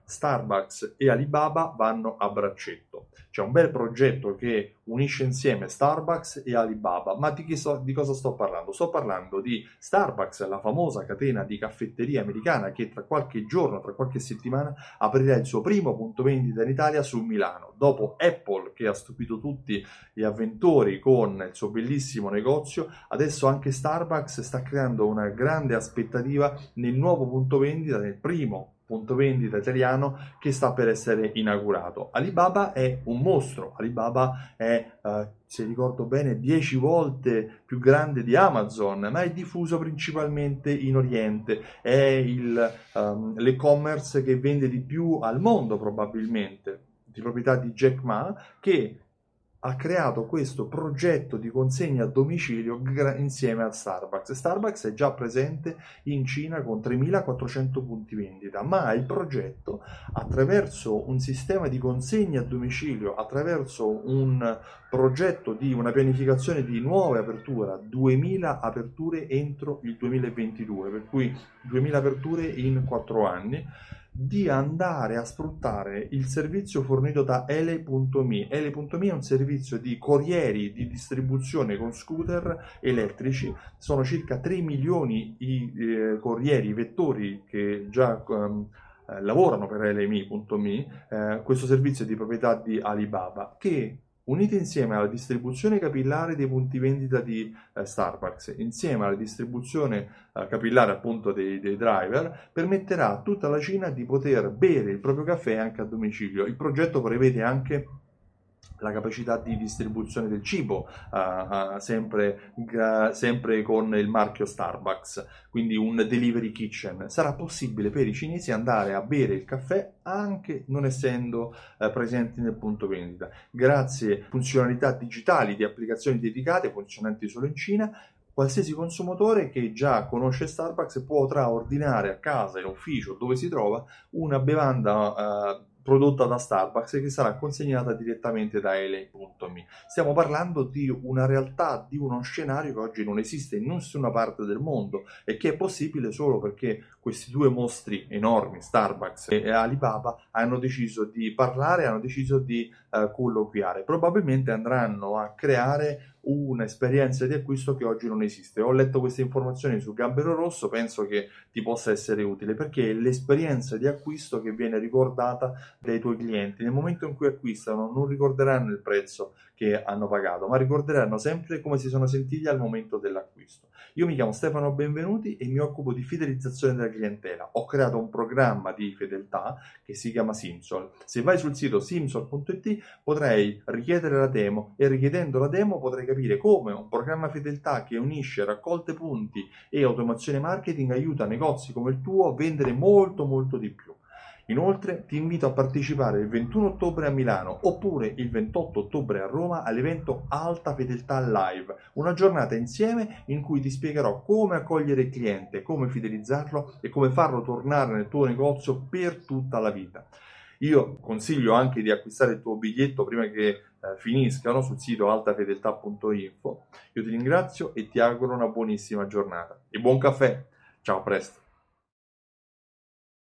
Starbucks e Alibaba vanno a braccetto. C'è un bel progetto che unisce insieme Starbucks e Alibaba, ma di cosa sto parlando? Sto parlando di Starbucks, la famosa catena di caffetteria americana che tra qualche giorno, tra qualche settimana, aprirà il suo primo punto vendita in Italia su Milano. Dopo Apple, che ha stupito tutti gli avventori con il suo bellissimo negozio, adesso anche Starbucks sta creando una grande aspettativa nel nuovo punto vendita, nel primo punto vendita italiano che sta per essere inaugurato. Alibaba è un mostro, Alibaba è, se ricordo bene, 10 volte più grande di Amazon, ma è diffuso principalmente in Oriente, è l'e-commerce che vende di più al mondo probabilmente, di proprietà di Jack Ma, che ha creato questo progetto di consegna a domicilio insieme a Starbucks. Starbucks è già presente in Cina con 3.400 punti vendita, ma il progetto, attraverso un sistema di consegna a domicilio, attraverso un progetto di una pianificazione di nuove aperture, 2.000 aperture entro il 2022, per cui 2.000 aperture in 4 anni, di andare a sfruttare il servizio fornito da Ele.me. Ele.me è un servizio di corrieri di distribuzione con scooter elettrici. Sono circa 3 milioni i corrieri, i vettori che già lavorano per Ele.me. Questo servizio è di proprietà di Alibaba, che unite insieme alla distribuzione capillare dei punti vendita di Starbucks, insieme alla distribuzione capillare appunto dei driver, permetterà a tutta la Cina di poter bere il proprio caffè anche a domicilio. Il progetto prevede anche la capacità di distribuzione del cibo, sempre con il marchio Starbucks, quindi un delivery kitchen. Sarà possibile per i cinesi andare a bere il caffè anche non essendo presenti nel punto vendita, grazie a funzionalità digitali di applicazioni dedicate funzionanti solo in Cina. Qualsiasi consumatore che già conosce Starbucks potrà ordinare a casa, in ufficio, dove si trova, una bevanda prodotta da Starbucks che sarà consegnata direttamente da Ele.me. Stiamo parlando di una realtà, di uno scenario che oggi non esiste in nessuna parte del mondo e che è possibile solo perché questi due mostri enormi, Starbucks e Alibaba, hanno deciso di parlare, hanno deciso di colloquiare. Probabilmente andranno a creare un'esperienza di acquisto che oggi non esiste. Ho letto queste informazioni su Gambero Rosso, penso che ti possa essere utile perché è l'esperienza di acquisto che viene ricordata dai tuoi clienti. Nel momento in cui acquistano non ricorderanno il prezzo che hanno pagato, ma ricorderanno sempre come si sono sentiti al momento dell'acquisto. Io mi chiamo Stefano Benvenuti e mi occupo di fidelizzazione della clientela. Ho creato un programma di fedeltà che si chiama Simsol. Se vai sul sito simsol.it potrai richiedere la demo e richiedendo la demo potrai capire come un programma fedeltà che unisce raccolte punti e automazione marketing aiuta negozi come il tuo a vendere molto di più. Inoltre ti invito a partecipare il 21 ottobre a Milano oppure il 28 ottobre a Roma all'evento Alta Fedeltà Live, una giornata insieme in cui ti spiegherò come accogliere il cliente, come fidelizzarlo e come farlo tornare nel tuo negozio per tutta la vita. Io consiglio anche di acquistare il tuo biglietto prima che finiscano sul sito altafedeltà.info. Io ti ringrazio e ti auguro una buonissima giornata e buon caffè. Ciao, a presto.